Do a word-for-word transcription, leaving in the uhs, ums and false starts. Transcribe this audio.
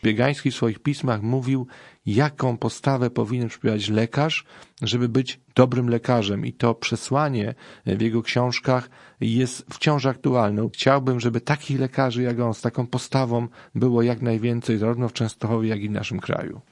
Biegański w swoich pismach mówił, jaką postawę powinien przybrać lekarz, żeby być dobrym lekarzem. I to przesłanie w jego książkach jest wciąż aktualne. Chciałbym, żeby takich lekarzy jak on, z taką postawą było jak najwięcej, zarówno w Częstochowie, jak i w naszym kraju.